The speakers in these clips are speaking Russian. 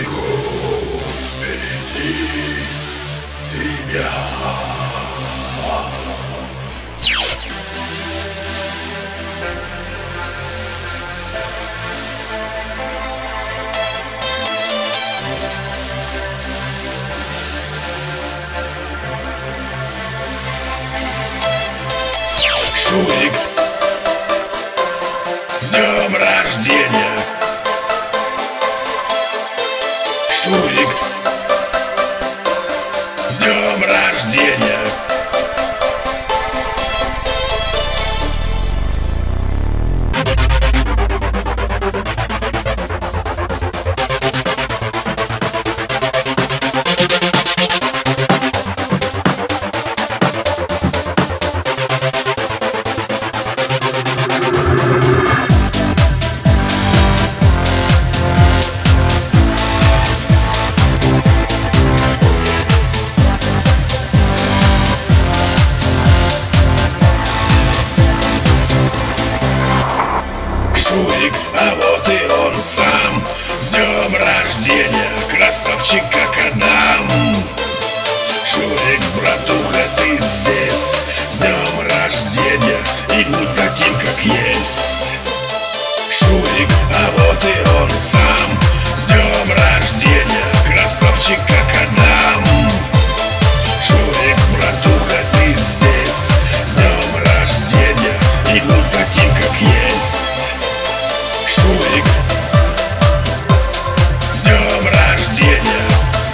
смеху найти тебя. Шурик, с днем рождения! Шурик, с днем рождения! Шурик, а вот и он сам. С днем рождения, красавчик как Адам. Шурик, братуха, ты здесь. С днем рождения, и будь таким, как есть. Шурик, а вот и он сам. С днем рождения, красавчик как Адам. Шурик, братуха, ты здесь. С днем рождения, и будь таким, как есть. Шурик, с днем рождения!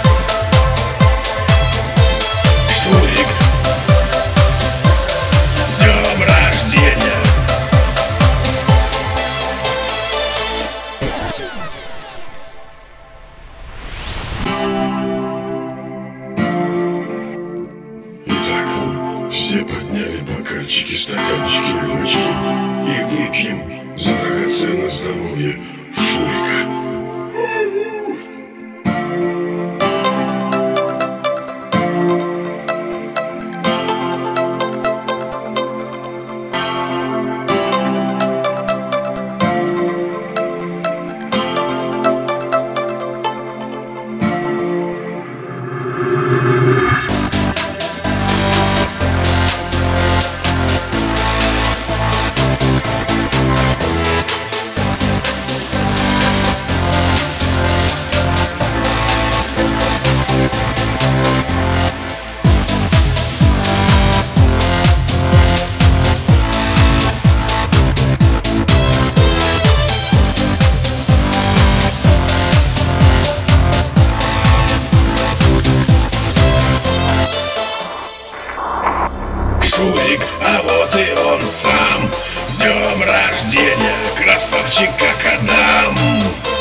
Шурик, с днем рождения! Итак, все подняли бокальчики, стаканчики, рюмочки и выпьем за драгоценное здоровье Шурика. Шурик, а вот и он сам. С днем рождения, красавчик как Адам.